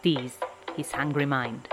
appease his hungry mind.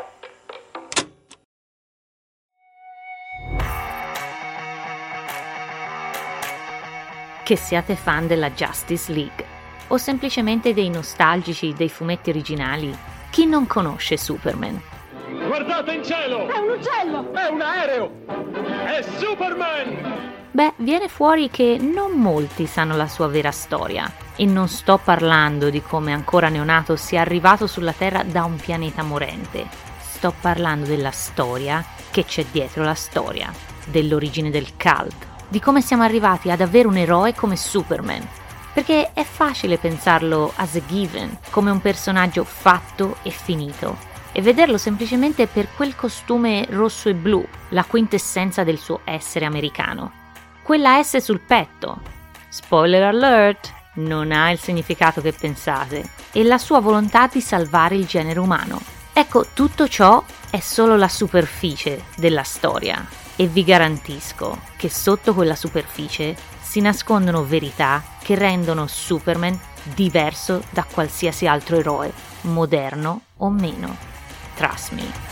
Che siate fan della Justice League o semplicemente dei nostalgici dei fumetti originali, chi non conosce Superman? Guardate in cielo! È un uccello! È un aereo! È Superman! Beh, viene fuori che non molti sanno la sua vera storia, e non sto parlando di come ancora neonato sia arrivato sulla Terra da un pianeta morente. Sto parlando della storia che c'è dietro la storia, dell'origine del cult, di come siamo arrivati ad avere un eroe come Superman. Perché è facile pensarlo as a given, come un personaggio fatto e finito, e vederlo semplicemente per quel costume rosso e blu, la quintessenza del suo essere americano. Quella S sul petto, spoiler alert, non ha il significato che pensate, e la sua volontà di salvare il genere umano. Ecco, tutto ciò è solo la superficie della storia, e vi garantisco che sotto quella superficie si nascondono verità che rendono Superman diverso da qualsiasi altro eroe, moderno o meno. Trust me.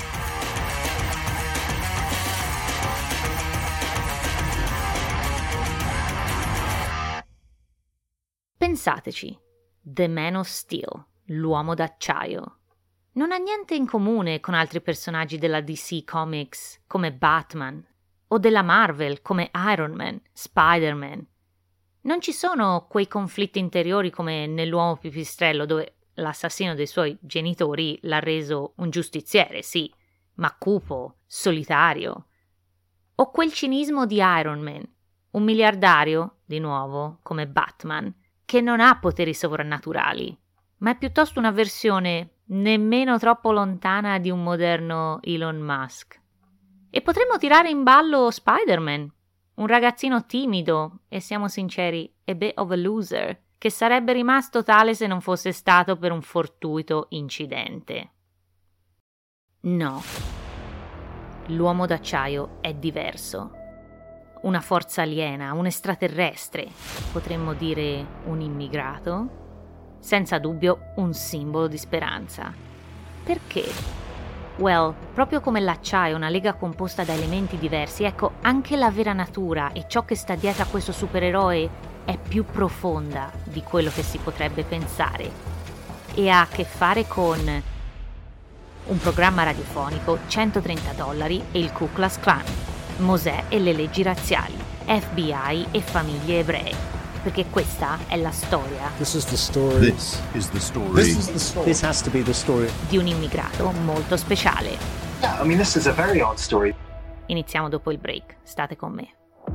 Pensateci, The Man of Steel, l'uomo d'acciaio. Non ha niente in comune con altri personaggi della DC Comics come Batman o della Marvel come Iron Man, Spider-Man. Non ci sono quei conflitti interiori come nell'Uomo Pipistrello, dove l'assassino dei suoi genitori l'ha reso un giustiziere, sì, ma cupo, solitario. O quel cinismo di Iron Man, un miliardario, di nuovo, come Batman, che non ha poteri sovrannaturali, ma è piuttosto una versione nemmeno troppo lontana di un moderno Elon Musk. E potremmo tirare in ballo Spider-Man, un ragazzino timido e, siamo sinceri, a bit of a loser, che sarebbe rimasto tale se non fosse stato per un fortuito incidente. No, l'uomo d'acciaio è diverso. Una forza aliena, un extraterrestre, potremmo dire un immigrato, senza dubbio un simbolo di speranza. Perché? Well, proprio come l'acciaio è una lega composta da elementi diversi, ecco, anche la vera natura e ciò che sta dietro a questo supereroe è più profonda di quello che si potrebbe pensare e ha a che fare con un programma radiofonico, $130 e il Ku Klux Klan, Mosè e le leggi razziali, FBI e famiglie ebree, perché questa è la storia. This is the story. This is the story. This is the story. This has to be the story. Di un immigrato molto speciale. Yeah, I mean, this is a very odd story. Iniziamo dopo il break, state con me.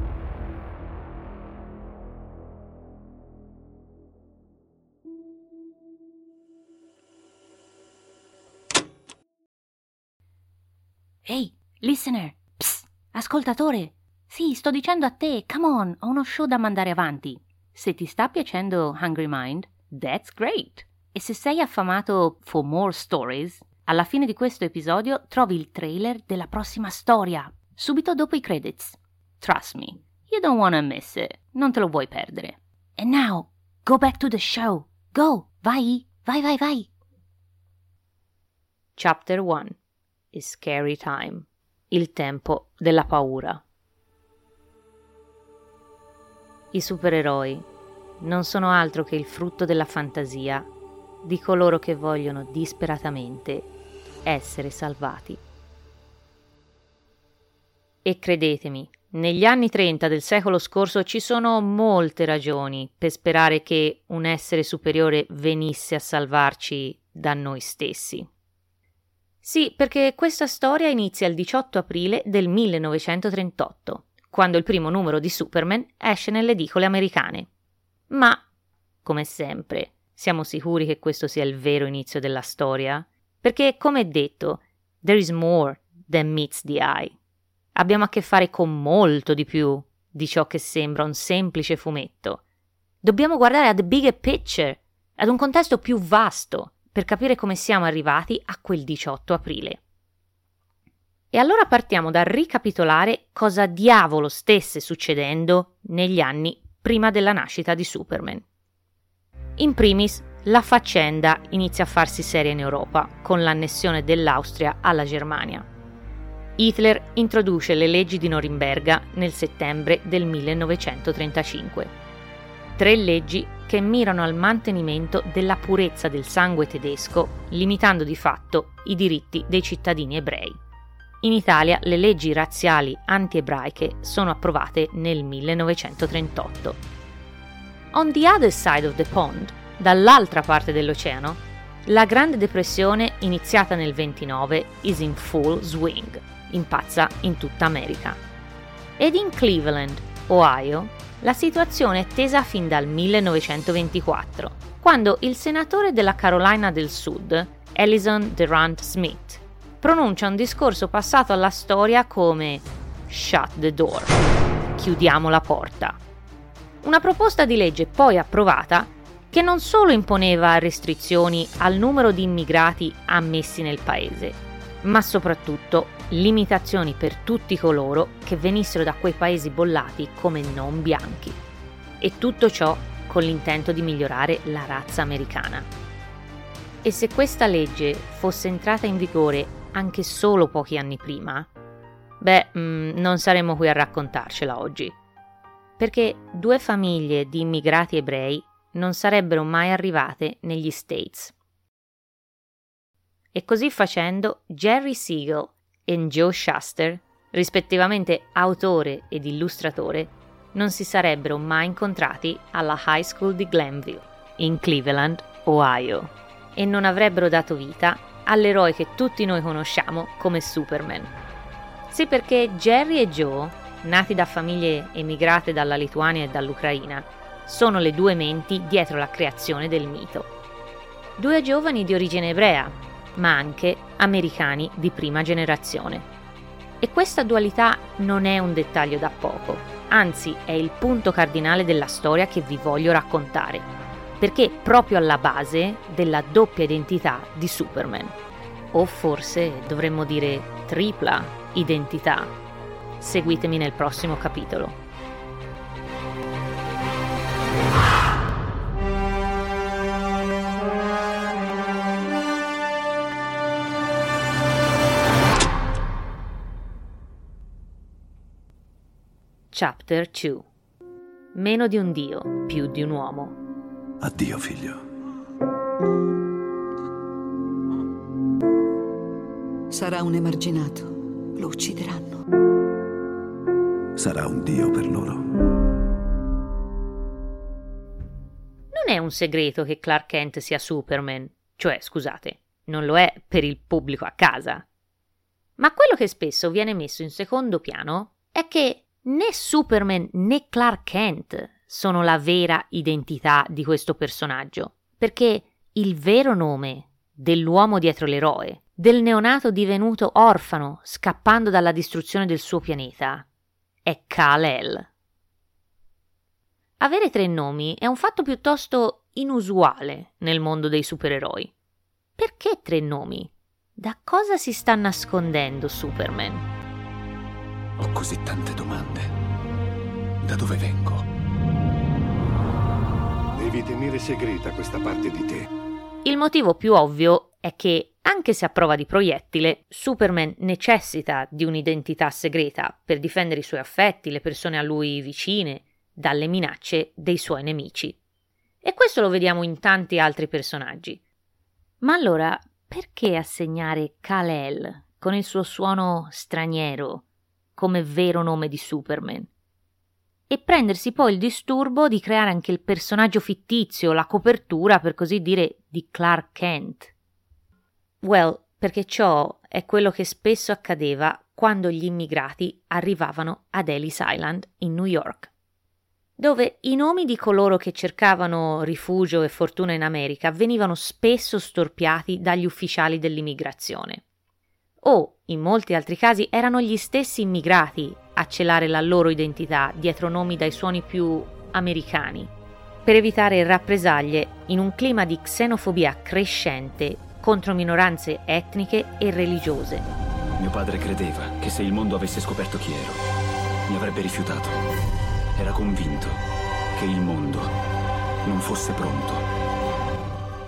Ehi, listener! Psst, ascoltatore! Sì, sto dicendo a te, come on, ho uno show da mandare avanti. Se ti sta piacendo Hungry Mind, that's great! E se sei affamato for more stories, alla fine di questo episodio trovi il trailer della prossima storia, subito dopo i credits. Trust me, you don't wanna miss it, non te lo vuoi perdere. And now, go back to the show. Go, vai, vai, vai, vai! Chapter 1. Is Scary Time. Il tempo della paura. I supereroi non sono altro che il frutto della fantasia di coloro che vogliono disperatamente essere salvati. E credetemi, negli anni 30 del secolo scorso ci sono molte ragioni per sperare che un essere superiore venisse a salvarci da noi stessi. Sì, perché questa storia inizia il 18 aprile del 1938, quando il primo numero di Superman esce nelle edicole americane. Ma, come sempre, siamo sicuri che questo sia il vero inizio della storia? Perché, come detto, there is more than meets the eye. Abbiamo a che fare con molto di più di ciò che sembra un semplice fumetto. Dobbiamo guardare at the bigger picture, ad un contesto più vasto, per capire come siamo arrivati a quel 18 aprile. E allora partiamo dal ricapitolare cosa diavolo stesse succedendo negli anni prima della nascita di Superman. In primis, la faccenda inizia a farsi seria in Europa con l'annessione dell'Austria alla Germania. Hitler introduce le leggi di Norimberga nel settembre del 1935. 3 leggi che mirano al mantenimento della purezza del sangue tedesco, limitando di fatto i diritti dei cittadini ebrei. In Italia le leggi razziali anti-ebraiche sono approvate nel 1938. On the other side of the pond, dall'altra parte dell'oceano, la Grande Depressione, iniziata nel 29, is in full swing, impazza in tutta America. Ed in Cleveland, Ohio, la situazione è tesa fin dal 1924, quando il senatore della Carolina del Sud, Ellison Durant Smith, pronuncia un discorso passato alla storia come "Shut the door", chiudiamo la porta. Una proposta di legge poi approvata che non solo imponeva restrizioni al numero di immigrati ammessi nel paese, ma soprattutto limitazioni per tutti coloro che venissero da quei paesi bollati come non bianchi. E tutto ciò con l'intento di migliorare la razza americana. E se questa legge fosse entrata in vigore anche solo pochi anni prima, non saremmo qui a raccontarcela oggi. Perché 2 famiglie di immigrati ebrei non sarebbero mai arrivate negli States. E così facendo, Jerry Siegel e Joe Shuster, rispettivamente autore ed illustratore, non si sarebbero mai incontrati alla High School di Glenville, in Cleveland, Ohio, e non avrebbero dato vita all'eroe che tutti noi conosciamo come Superman. Sì, perché Jerry e Joe, nati da famiglie emigrate dalla Lituania e dall'Ucraina, sono le 2 menti dietro la creazione del mito. 2 giovani di origine ebrea, ma anche americani di prima generazione. E questa dualità non è un dettaglio da poco, anzi è il punto cardinale della storia che vi voglio raccontare, perché è proprio alla base della doppia identità di Superman. O forse dovremmo dire tripla identità. Seguitemi nel prossimo capitolo. Chapter 2. Meno di un dio, più di un uomo. Addio, figlio. Sarà un emarginato. Lo uccideranno. Sarà un dio per loro. Non è un segreto che Clark Kent sia Superman. Cioè, scusate, non lo è per il pubblico a casa. Ma quello che spesso viene messo in secondo piano è che né Superman né Clark Kent sono la vera identità di questo personaggio, perché il vero nome dell'uomo dietro l'eroe, del neonato divenuto orfano scappando dalla distruzione del suo pianeta, è Kal-El. Avere 3 nomi è un fatto piuttosto inusuale nel mondo dei supereroi. Perché 3 nomi? Da cosa si sta nascondendo Superman? Ho così tante domande. Da dove vengo? Devi tenere segreta questa parte di te. Il motivo più ovvio è che, anche se a prova di proiettile, Superman necessita di un'identità segreta per difendere i suoi affetti, le persone a lui vicine, dalle minacce dei suoi nemici. E questo lo vediamo in tanti altri personaggi. Ma allora, perché assegnare Kal-El, con il suo suono straniero, come vero nome di Superman? E prendersi poi il disturbo di creare anche il personaggio fittizio, la copertura, per così dire, di Clark Kent? Well, perché ciò è quello che spesso accadeva quando gli immigrati arrivavano ad Ellis Island in New York, dove i nomi di coloro che cercavano rifugio e fortuna in America venivano spesso storpiati dagli ufficiali dell'immigrazione. O, in molti altri casi, erano gli stessi immigrati a celare la loro identità dietro nomi dai suoni più americani, per evitare rappresaglie in un clima di xenofobia crescente contro minoranze etniche e religiose. Mio padre credeva che se il mondo avesse scoperto chi ero, mi avrebbe rifiutato. Era convinto che il mondo non fosse pronto.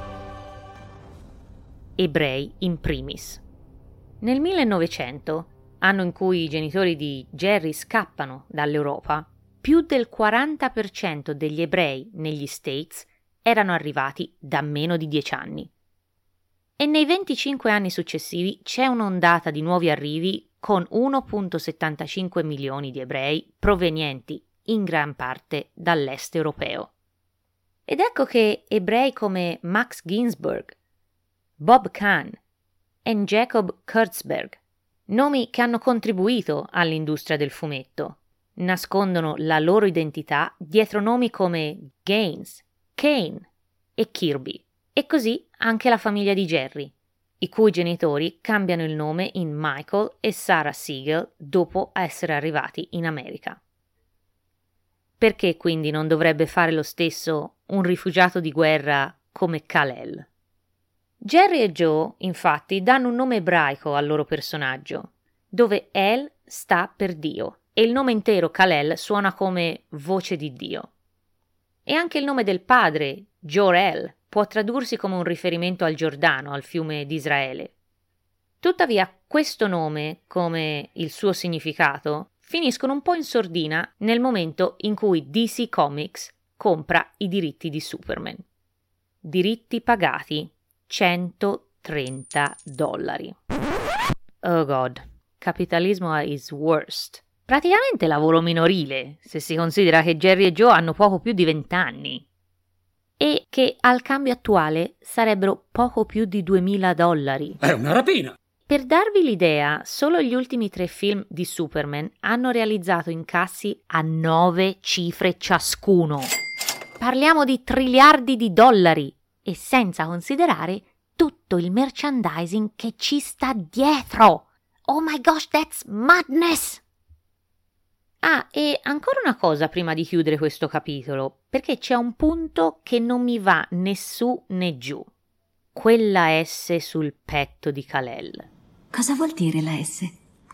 ebrei in primis. Nel 1900, anno in cui i genitori di Jerry scappano dall'Europa, più del 40% degli ebrei negli States erano arrivati da meno di 10 anni. E nei 25 anni successivi c'è un'ondata di nuovi arrivi con 1,75 milioni di ebrei provenienti in gran parte dall'est europeo. Ed ecco che ebrei come Max Ginsburg, Bob Kahn e Jacob Kurtzberg, nomi che hanno contribuito all'industria del fumetto, nascondono la loro identità dietro nomi come Gaines, Kane e Kirby, e così anche la famiglia di Jerry, i cui genitori cambiano il nome in Michael e Sarah Siegel dopo essere arrivati in America. Perché quindi non dovrebbe fare lo stesso un rifugiato di guerra come Kal-El? Jerry e Joe, infatti, danno un nome ebraico al loro personaggio, dove El sta per Dio e il nome intero Kal-El suona come voce di Dio. E anche il nome del padre, Jor-El, può tradursi come un riferimento al Giordano, al fiume di Israele. Tuttavia, questo nome, come il suo significato, finiscono un po' in sordina nel momento in cui DC Comics compra i diritti di Superman. Diritti pagati $130. Oh God, capitalismo at its worst. Praticamente lavoro minorile, se si considera che Jerry e Joe hanno poco più di 20 anni. E che al cambio attuale sarebbero poco più di $2.000. È una rapina! Per darvi l'idea, solo gli ultimi 3 film di Superman hanno realizzato incassi a 9 cifre ciascuno. Parliamo di $triliardi e senza considerare tutto il merchandising che ci sta dietro. Oh my gosh, that's madness! Ah, e ancora una cosa prima di chiudere questo capitolo, perché c'è un punto che non mi va né su né giù. Quella S sul petto di Kal-El. Cosa vuol dire la S?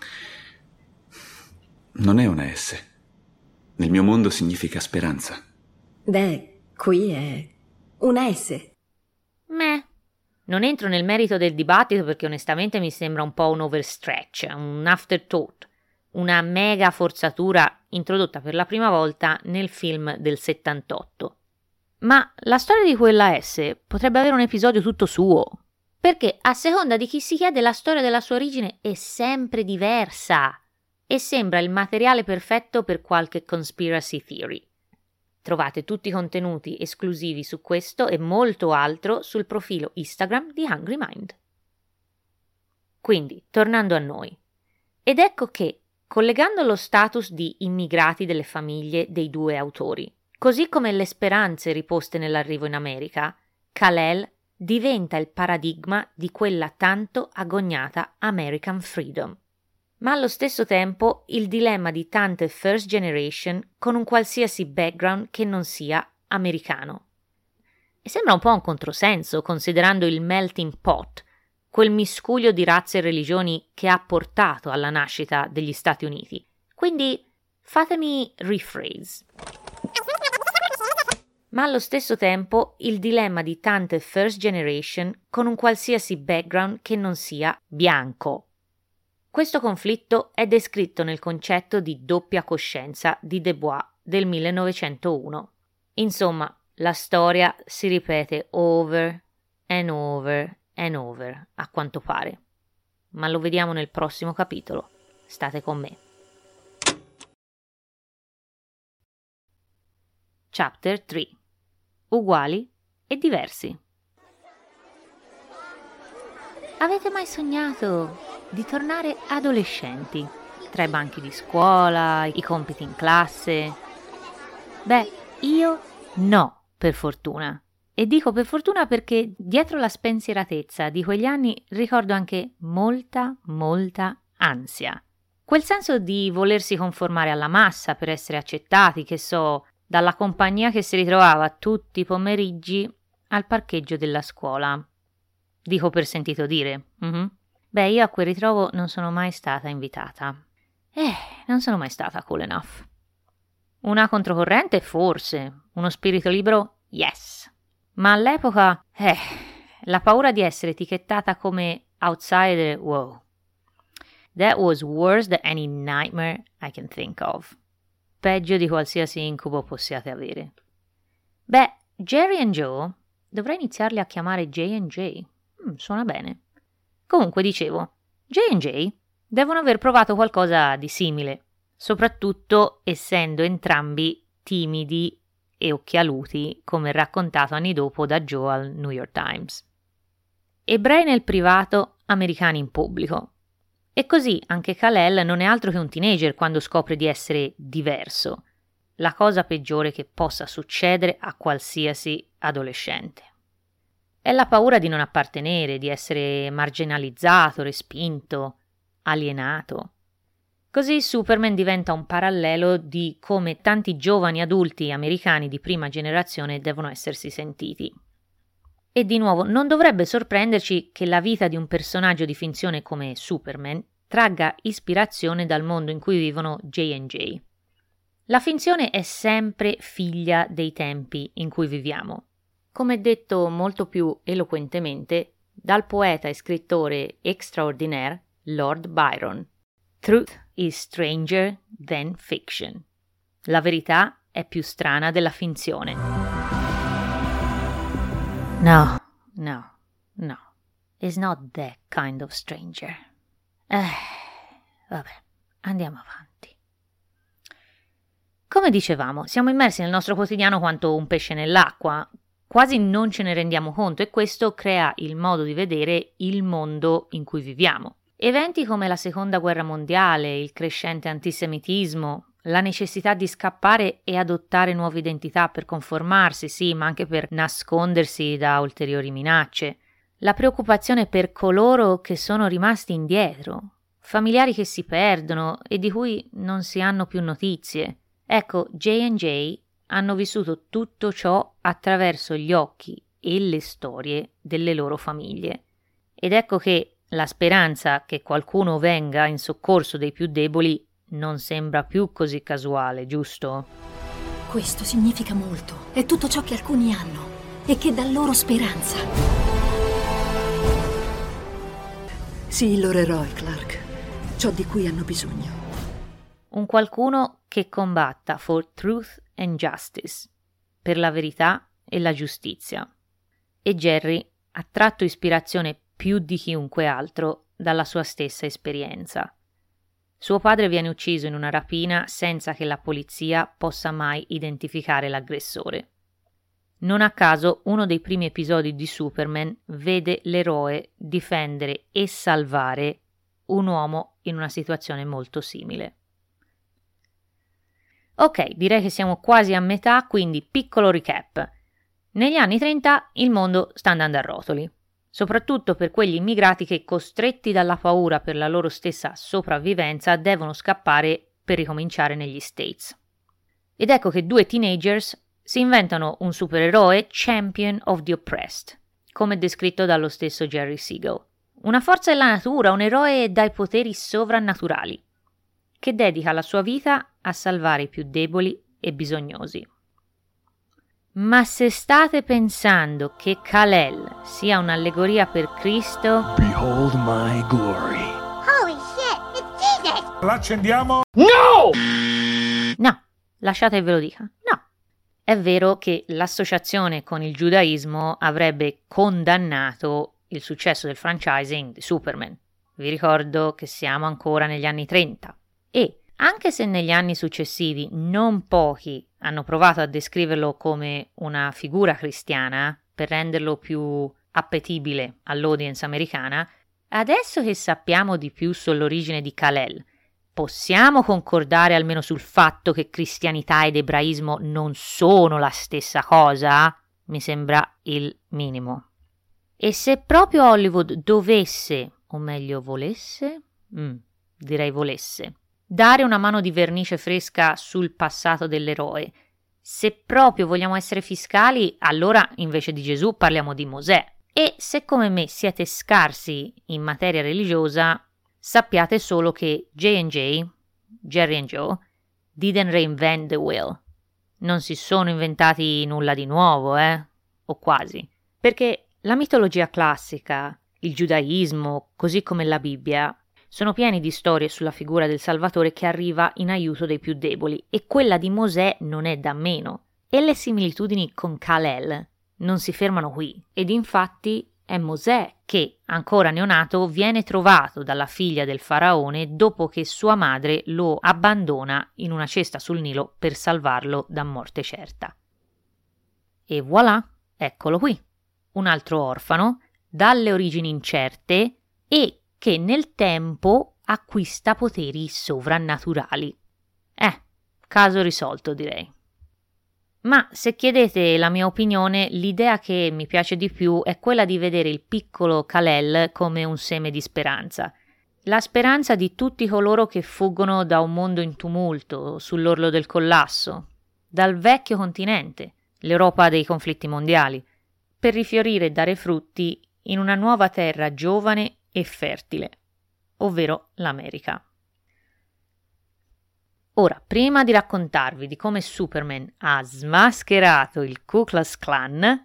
Non è una S. Nel mio mondo significa speranza. Beh, qui è una S. Meh. Non entro nel merito del dibattito perché onestamente mi sembra un po' un overstretch, un afterthought. Una mega forzatura introdotta per la prima volta nel film del 78. Ma la storia di quella S potrebbe avere un episodio tutto suo, perché a seconda di chi si chiede la storia della sua origine è sempre diversa e sembra il materiale perfetto per qualche conspiracy theory. Trovate tutti i contenuti esclusivi su questo e molto altro sul profilo Instagram di Hungry Mind. Quindi, tornando a noi. Ed ecco che, collegando lo status di immigrati delle famiglie dei 2 autori, così come le speranze riposte nell'arrivo in America, Kal-El diventa il paradigma di quella tanto agognata American Freedom. Ma allo stesso tempo il dilemma di tante first generation con un qualsiasi background che non sia americano. E sembra un po' un controsenso, considerando il melting pot, quel miscuglio di razze e religioni che ha portato alla nascita degli Stati Uniti. Quindi fatemi rephrase. Ma allo stesso tempo il dilemma di tante first generation con un qualsiasi background che non sia bianco. Questo conflitto è descritto nel concetto di doppia coscienza di Du Bois del 1901. Insomma, la storia si ripete over and over and over, a quanto pare. Ma lo vediamo nel prossimo capitolo. State con me. Chapter 3. Uguali e diversi. Avete mai sognato di tornare adolescenti, tra i banchi di scuola, i compiti in classe? Beh, io no, per fortuna. E dico per fortuna perché dietro la spensieratezza di quegli anni ricordo anche molta ansia. Quel senso di volersi conformare alla massa per essere accettati, che so, dalla compagnia che si ritrovava tutti i pomeriggi al parcheggio della scuola. Dico per sentito dire. Beh, io a quel ritrovo non sono mai stata invitata. Non sono mai stata cool enough. Una controcorrente? Forse. Uno spirito libero? Yes. Ma all'epoca, la paura di essere etichettata come outsider, wow. That was worse than any nightmare I can think of. Peggio di qualsiasi incubo possiate avere. Beh, Jerry and Joe, dovrei iniziarli a chiamare J&J. Suona bene. Comunque, dicevo, J&J devono aver provato qualcosa di simile, soprattutto essendo entrambi timidi e occhialuti, come raccontato anni dopo da Joe al New York Times. Ebrei nel privato, americani in pubblico. E così anche Kal-El non è altro che un teenager quando scopre di essere diverso, la cosa peggiore che possa succedere a qualsiasi adolescente. È la paura di non appartenere, di essere marginalizzato, respinto, alienato. Così Superman diventa un parallelo di come tanti giovani adulti americani di prima generazione devono essersi sentiti. E di nuovo, non dovrebbe sorprenderci che la vita di un personaggio di finzione come Superman tragga ispirazione dal mondo in cui vivono J&J. La finzione è sempre figlia dei tempi in cui viviamo. Come detto molto più eloquentemente dal poeta e scrittore extraordinaire Lord Byron. Truth is stranger than fiction. La verità è più strana della finzione. No. It's not that kind of stranger. Vabbè, andiamo avanti. Come dicevamo, siamo immersi nel nostro quotidiano quanto un pesce nell'acqua. Quasi non ce ne rendiamo conto e questo crea il modo di vedere il mondo in cui viviamo. Eventi come la Seconda Guerra Mondiale, il crescente antisemitismo, la necessità di scappare e adottare nuove identità per conformarsi, sì, ma anche per nascondersi da ulteriori minacce, la preoccupazione per coloro che sono rimasti indietro, familiari che si perdono e di cui non si hanno più notizie. Ecco, J&J hanno vissuto tutto ciò attraverso gli occhi e le storie delle loro famiglie. Ed ecco che la speranza che qualcuno venga in soccorso dei più deboli non sembra più così casuale, giusto? Questo significa molto. È tutto ciò che alcuni hanno e che dà loro speranza. Sii il loro eroe, Clark. Ciò di cui hanno bisogno. Un qualcuno che combatta for truth and justice, per la verità e la giustizia. E Jerry ha tratto ispirazione più di chiunque altro dalla sua stessa esperienza. Suo padre viene ucciso in una rapina senza che la polizia possa mai identificare l'aggressore. Non a caso uno dei primi episodi di Superman vede l'eroe difendere e salvare un uomo in una situazione molto simile. Ok, direi che siamo quasi a metà, quindi piccolo recap. Negli anni 30 il mondo sta andando a rotoli, soprattutto per quegli immigrati che, costretti dalla paura per la loro stessa sopravvivenza, devono scappare per ricominciare negli States. Ed ecco che due teenagers si inventano un supereroe champion of the oppressed, come descritto dallo stesso Jerry Siegel. Una forza della natura, un eroe dai poteri sovrannaturali, che dedica la sua vita a salvare i più deboli e bisognosi. Ma se state pensando che Kal-El sia un'allegoria per Cristo, Behold my glory. Holy shit, it's Jesus! L'accendiamo? no, lasciate ve lo dica, no. È vero che l'associazione con il giudaismo avrebbe condannato il successo del franchising di Superman. Vi ricordo che siamo ancora negli anni 30 e, anche se negli anni successivi non pochi hanno provato a descriverlo come una figura cristiana per renderlo più appetibile all'audience americana, adesso che sappiamo di più sull'origine di Kal-El, possiamo concordare almeno sul fatto che cristianità ed ebraismo non sono la stessa cosa? Mi sembra il minimo. E se proprio Hollywood dovesse, o meglio volesse, direi volesse, dare una mano di vernice fresca sul passato dell'eroe, se proprio vogliamo essere fiscali, allora invece di Gesù parliamo di Mosè. E se come me siete scarsi in materia religiosa, sappiate solo che J&J, Jerry and Joe, didn't reinvent the wheel. Non si sono inventati nulla di nuovo, o quasi. Perché La mitologia classica, il giudaismo, così come la Bibbia, sono pieni di storie sulla figura del Salvatore che arriva in aiuto dei più deboli, e quella di Mosè non è da meno. E le similitudini con Kal-El non si fermano qui, ed infatti è Mosè che, ancora neonato, viene trovato dalla figlia del faraone dopo che sua madre lo abbandona in una cesta sul Nilo per salvarlo da morte certa. E voilà, eccolo qui, un altro orfano, dalle origini incerte e che nel tempo acquista poteri sovrannaturali. Caso risolto, direi. Ma se chiedete la mia opinione, l'idea che mi piace di più è quella di vedere il piccolo Kal-El come un seme di speranza. La speranza di tutti coloro che fuggono da un mondo in tumulto, sull'orlo del collasso, dal vecchio continente, l'Europa dei conflitti mondiali, per rifiorire e dare frutti in una nuova terra giovane e fertile, ovvero l'America. Ora, prima di raccontarvi di come Superman ha smascherato il Ku Klux Klan,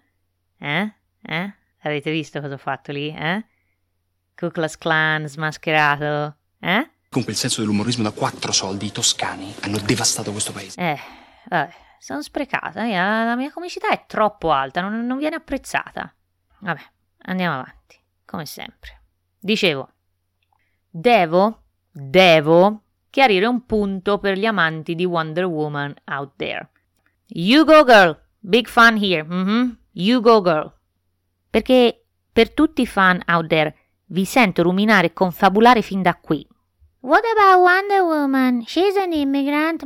avete visto cosa ho fatto lì, Ku Klux Klan smascherato, Con quel senso dell'umorismo da 4 soldi, i toscani hanno devastato questo paese. Vabbè, sono sprecata, la mia comicità è troppo alta, non viene apprezzata. Vabbè, andiamo avanti, come sempre. Dicevo, devo chiarire un punto per gli amanti di Wonder Woman out there. You go girl, big fan here, you go girl. Perché per tutti i fan out there vi sento ruminare e confabulare fin da qui. What about Wonder Woman? She's an immigrant.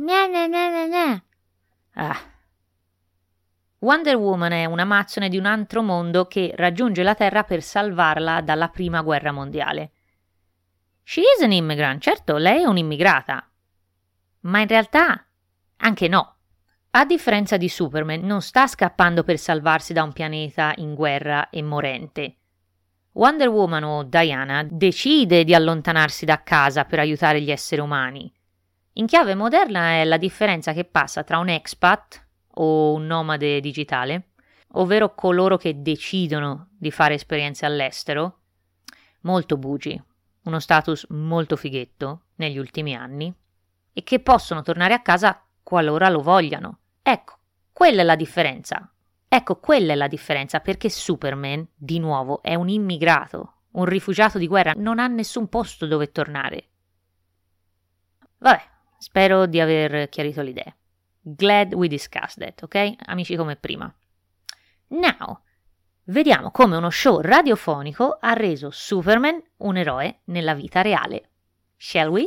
Wonder Woman è un'amazzone di un altro mondo che raggiunge la Terra per salvarla dalla prima guerra mondiale. She is an immigrant, certo, lei è un'immigrata. Ma in realtà anche no. A differenza di Superman, non sta scappando per salvarsi da un pianeta in guerra e morente. Wonder Woman o Diana decide di allontanarsi da casa per aiutare gli esseri umani. In chiave moderna è la differenza che passa tra un expat o un nomade digitale, ovvero coloro che decidono di fare esperienze all'estero, molto bougie, uno status molto fighetto negli ultimi anni, e che possono tornare a casa qualora lo vogliano. Ecco, quella è la differenza. Perché Superman, di nuovo, è un immigrato, un rifugiato di guerra, non ha nessun posto dove tornare. Vabbè, spero di aver chiarito l'idea. Glad we discussed that, ok? Amici come prima. Now, vediamo come uno show radiofonico ha reso Superman un eroe nella vita reale. Shall we?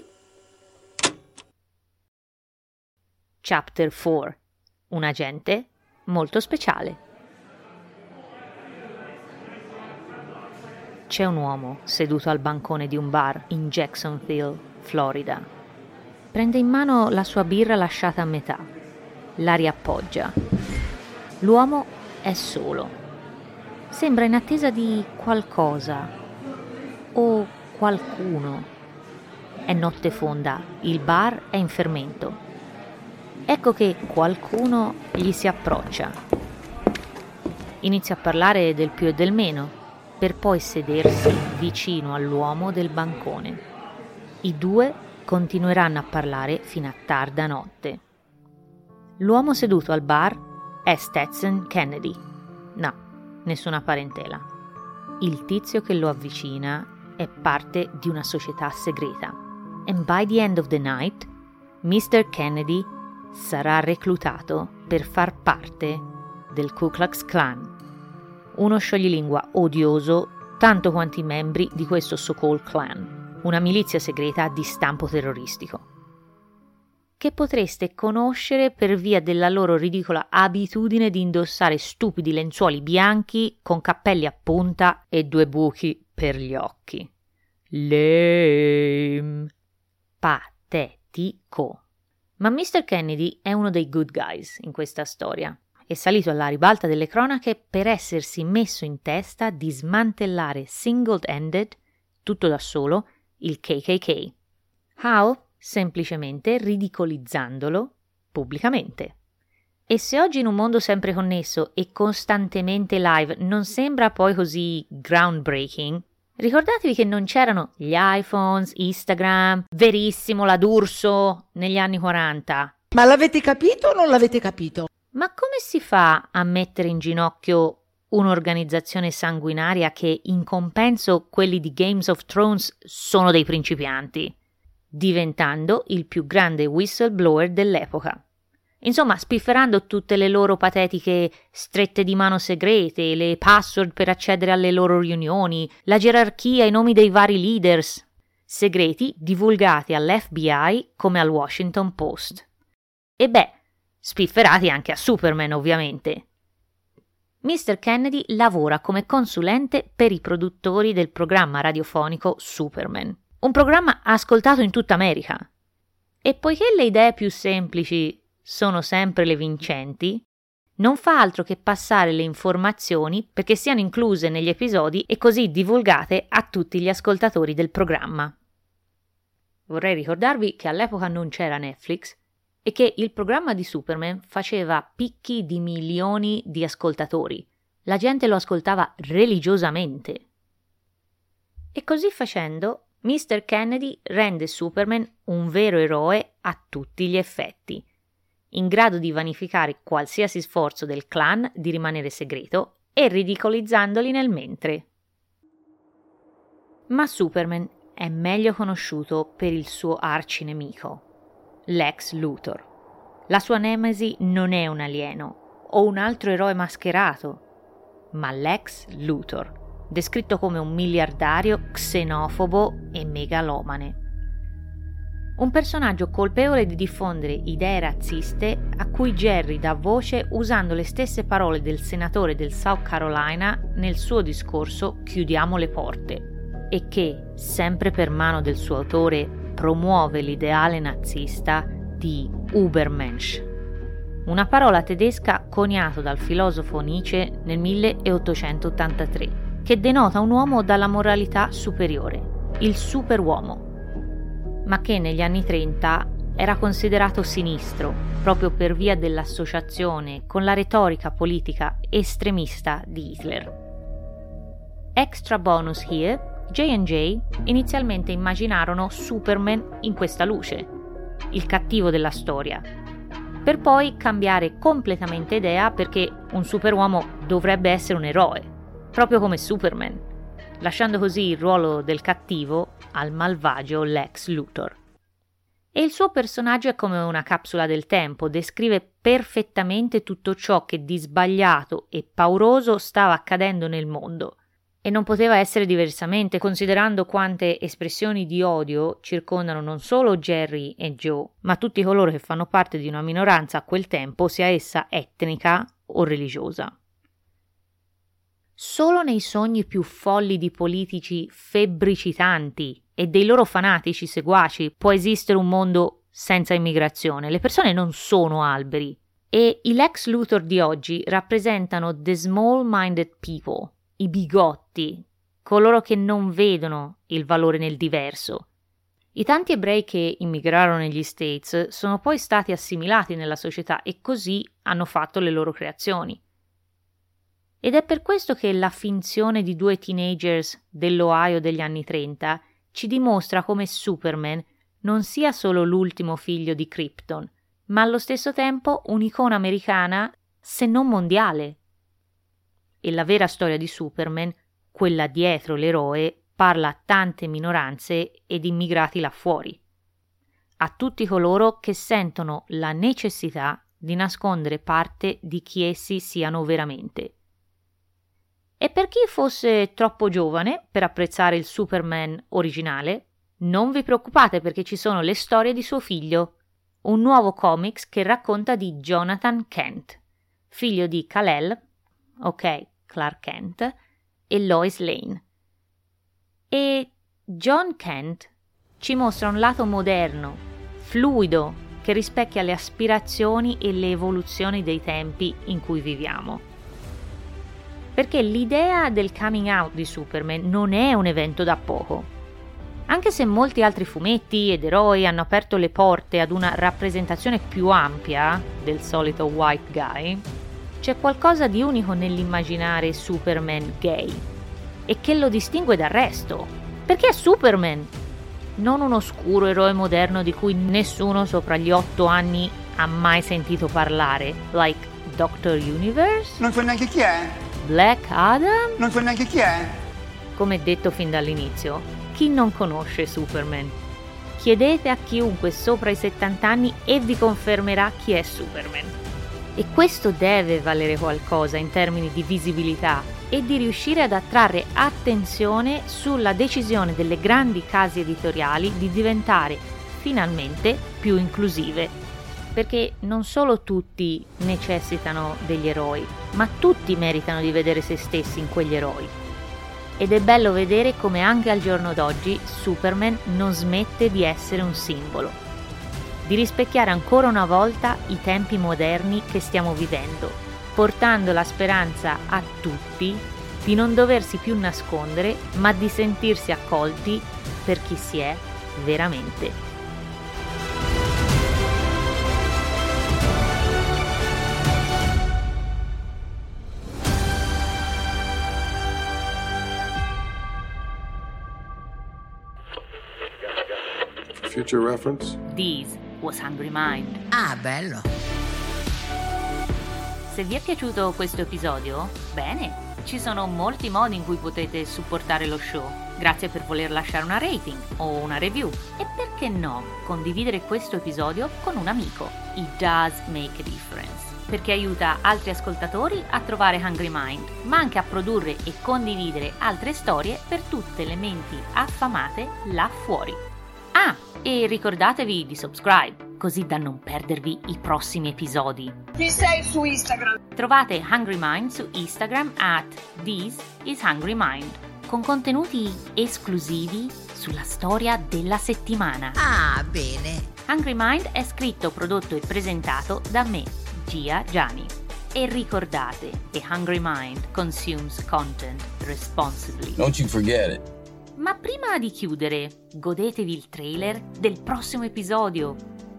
Chapter 4. Un agente molto speciale. C'è un uomo seduto al bancone di un bar in Jacksonville, Florida. Prende in mano la sua birra lasciata a metà. La riappoggia. L'uomo è solo. Sembra in attesa di qualcosa o qualcuno. È notte fonda, il bar è in fermento. Ecco che qualcuno gli si approccia. Inizia a parlare del più e del meno, per poi sedersi vicino all'uomo del bancone. I due continueranno a parlare fino a tarda notte. L'uomo seduto al bar è Stetson Kennedy. No, nessuna parentela. Il tizio che lo avvicina è parte di una società segreta. And by the end of the night, Mr. Kennedy sarà reclutato per far parte del Ku Klux Klan, uno scioglilingua odioso tanto quanto i membri di questo so-called clan, una milizia segreta di stampo terroristico, che potreste conoscere per via della loro ridicola abitudine di indossare stupidi lenzuoli bianchi con cappelli a punta e 2 buchi per gli occhi. Lame. Patetico. Ma Mr. Kennedy è uno dei good guys in questa storia. È salito alla ribalta delle cronache per essersi messo in testa di smantellare single-handed, tutto da solo, il KKK. How? Semplicemente ridicolizzandolo pubblicamente. E se oggi in un mondo sempre connesso e costantemente live non sembra poi così groundbreaking, ricordatevi che non c'erano gli iPhones, Instagram, verissimo la D'Urso negli anni 40. Ma l'avete capito o non l'avete capito? Ma come si fa a mettere in ginocchio un'organizzazione sanguinaria che in compenso quelli di Games of Thrones sono dei principianti, diventando il più grande whistleblower dell'epoca? Insomma, spifferando tutte le loro patetiche strette di mano segrete, le password per accedere alle loro riunioni, la gerarchia, i nomi dei vari leaders, segreti divulgati all'FBI come al Washington Post. E beh, spifferati anche a Superman, ovviamente. Mr. Kennedy lavora come consulente per i produttori del programma radiofonico Superman, un programma ascoltato in tutta America. E poiché le idee più semplici sono sempre le vincenti, non fa altro che passare le informazioni perché siano incluse negli episodi e così divulgate a tutti gli ascoltatori del programma. Vorrei ricordarvi che all'epoca non c'era Netflix e che il programma di Superman faceva picchi di milioni di ascoltatori. La gente lo ascoltava religiosamente. E così facendo, Mr. Kennedy rende Superman un vero eroe a tutti gli effetti, in grado di vanificare qualsiasi sforzo del clan di rimanere segreto e ridicolizzandoli nel mentre. Ma Superman è meglio conosciuto per il suo arcinemico, Lex Luthor. La sua nemesi non è un alieno o un altro eroe mascherato, ma Lex Luthor, descritto come un miliardario xenofobo e megalomane. Un personaggio colpevole di diffondere idee razziste a cui Jerry dà voce usando le stesse parole del senatore del South Carolina nel suo discorso Chiudiamo le porte, e che, sempre per mano del suo autore, promuove l'ideale nazista di Übermensch, una parola tedesca coniata dal filosofo Nietzsche nel 1883, che denota un uomo dalla moralità superiore, il superuomo, ma che negli anni 30 era considerato sinistro proprio per via dell'associazione con la retorica politica estremista di Hitler. Extra bonus here, J&J inizialmente immaginarono Superman in questa luce, il cattivo della storia, per poi cambiare completamente idea perché un superuomo dovrebbe essere un eroe, proprio come Superman, lasciando così il ruolo del cattivo al malvagio Lex Luthor. E il suo personaggio è come una capsula del tempo, descrive perfettamente tutto ciò che di sbagliato e pauroso stava accadendo nel mondo. E non poteva essere diversamente, considerando quante espressioni di odio circondano non solo Jerry e Joe, ma tutti coloro che fanno parte di una minoranza a quel tempo, sia essa etnica o religiosa. Solo nei sogni più folli di politici febbricitanti e dei loro fanatici seguaci può esistere un mondo senza immigrazione. Le persone non sono alberi e i Lex Luthor di oggi rappresentano the small-minded people, i bigotti, coloro che non vedono il valore nel diverso. I tanti ebrei che immigrarono negli States sono poi stati assimilati nella società e così hanno fatto le loro creazioni. Ed è per questo che la finzione di due teenagers dell'Ohio degli anni 30 ci dimostra come Superman non sia solo l'ultimo figlio di Krypton, ma allo stesso tempo un'icona americana, se non mondiale. E la vera storia di Superman, quella dietro l'eroe, parla a tante minoranze ed immigrati là fuori, a tutti coloro che sentono la necessità di nascondere parte di chi essi siano veramente. E per chi fosse troppo giovane per apprezzare il Superman originale, non vi preoccupate perché ci sono le storie di suo figlio, un nuovo comics che racconta di Jonathan Kent, figlio di Kal-El, ok, Clark Kent, e Lois Lane. E John Kent ci mostra un lato moderno, fluido, che rispecchia le aspirazioni e le evoluzioni dei tempi in cui viviamo. Perché l'idea del coming out di Superman non è un evento da poco. Anche se molti altri fumetti ed eroi hanno aperto le porte ad una rappresentazione più ampia del solito white guy, c'è qualcosa di unico nell'immaginare Superman gay e che lo distingue dal resto, perché è Superman, non un oscuro eroe moderno di cui nessuno sopra gli 8 anni ha mai sentito parlare, like Dr. Universe? Non so neanche chi è. Black Adam? Non so neanche chi è. Come detto fin dall'inizio, chi non conosce Superman? Chiedete a chiunque sopra i 70 anni e vi confermerà chi è Superman. E questo deve valere qualcosa in termini di visibilità e di riuscire ad attrarre attenzione sulla decisione delle grandi case editoriali di diventare finalmente più inclusive. Perché non solo tutti necessitano degli eroi, ma tutti meritano di vedere se stessi in quegli eroi. Ed è bello vedere come anche al giorno d'oggi Superman non smette di essere un simbolo, di rispecchiare ancora una volta i tempi moderni che stiamo vivendo, portando la speranza a tutti di non doversi più nascondere, ma di sentirsi accolti per chi si è veramente. Future reference? This was Hungry Mind. Ah, bello. Se vi è piaciuto questo episodio, bene, ci sono molti modi in cui potete supportare lo show. Grazie per voler lasciare una rating o una review. E perché no, condividere questo episodio con un amico. It does make a difference. Perché aiuta altri ascoltatori a trovare Hungry Mind, ma anche a produrre e condividere altre storie per tutte le menti affamate là fuori. Ah, e ricordatevi di subscribe, così da non perdervi i prossimi episodi. Chi sei su Instagram? Trovate Hungry Mind su Instagram @thisishungrymind, con contenuti esclusivi sulla storia della settimana. Ah, bene. Hungry Mind è scritto, prodotto e presentato da me, Gia Gianni. E ricordate, the Hungry Mind consumes content responsibly. Don't you forget it. Ma prima di chiudere, godetevi il trailer del prossimo episodio.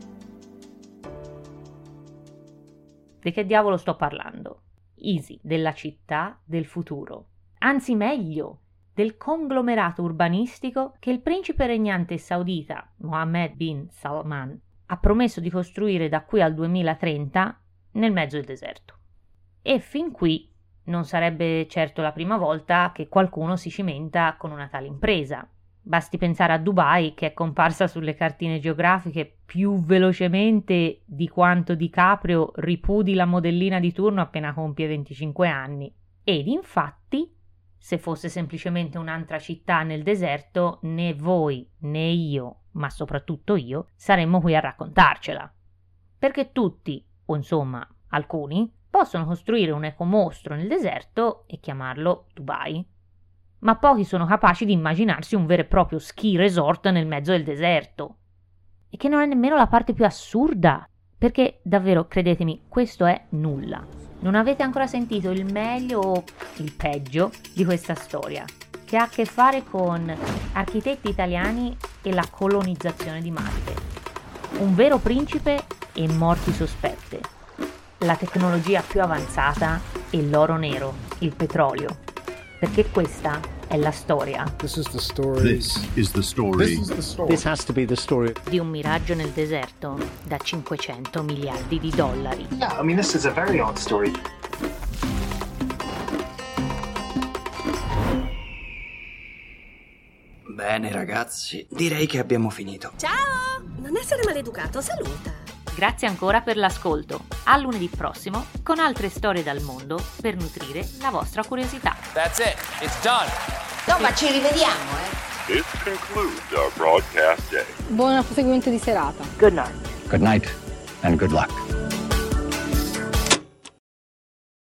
Di che diavolo sto parlando? Easy, della città del futuro. Anzi, meglio, del conglomerato urbanistico che il principe regnante saudita, Mohammed bin Salman, ha promesso di costruire da qui al 2030 nel mezzo del deserto. E fin qui non sarebbe certo la prima volta che qualcuno si cimenta con una tale impresa. Basti pensare a Dubai, che è comparsa sulle cartine geografiche più velocemente di quanto DiCaprio ripudi la modellina di turno appena compie 25 anni. Ed infatti, se fosse semplicemente un'altra città nel deserto, né voi né io, ma soprattutto io, saremmo qui a raccontarcela. Perché tutti, o insomma alcuni, possono costruire un ecomostro nel deserto e chiamarlo Dubai, ma pochi sono capaci di immaginarsi un vero e proprio ski resort nel mezzo del deserto. E che non è nemmeno la parte più assurda, perché davvero, credetemi, questo è nulla. Non avete ancora sentito il meglio o il peggio di questa storia, che ha a che fare con architetti italiani e la colonizzazione di Marte. Un vero principe e morti sospette. La tecnologia più avanzata e l'oro nero, il petrolio. Perché questa è la storia. This is the story. This has to be the story. Di un miraggio nel deserto da 500 miliardi di dollari. Yeah, I mean, this is a very odd story. Bene, ragazzi, direi che abbiamo finito. Ciao! Non essere maleducato, saluta. Grazie ancora per l'ascolto. A lunedì prossimo con altre storie dal mondo per nutrire la vostra curiosità. That's it. It's done. No, ma ci rivediamo, This concludes our broadcast day. Buon proseguimento di serata. Good night. Good night and good luck.